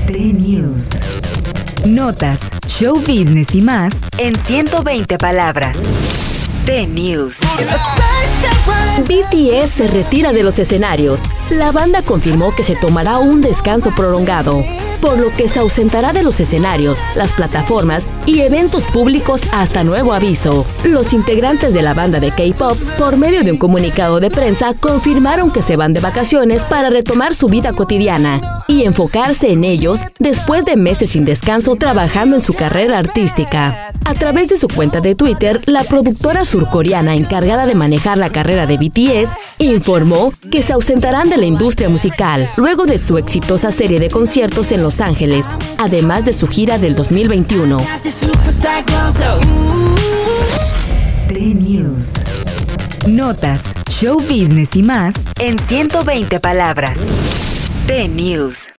T-News. Notas, show business y más en 120 palabras. T-News. BTS se retira de los escenarios. La banda confirmó que se tomará un descanso prolongado, por lo que se ausentará de los escenarios, las plataformas y eventos públicos hasta nuevo aviso. Los integrantes de la banda de K-pop, por medio de un comunicado de prensa, confirmaron que se van de vacaciones para retomar su vida cotidiana y enfocarse en ellos después de meses sin descanso trabajando en su carrera artística. A través de su cuenta de Twitter, la productora surcoreana encargada de manejar la carrera de BTS informó que se ausentarán de la industria musical luego de su exitosa serie de conciertos en Los Ángeles, además de su gira del 2021. T-News. Notas, show business y más en 120 palabras. T-News.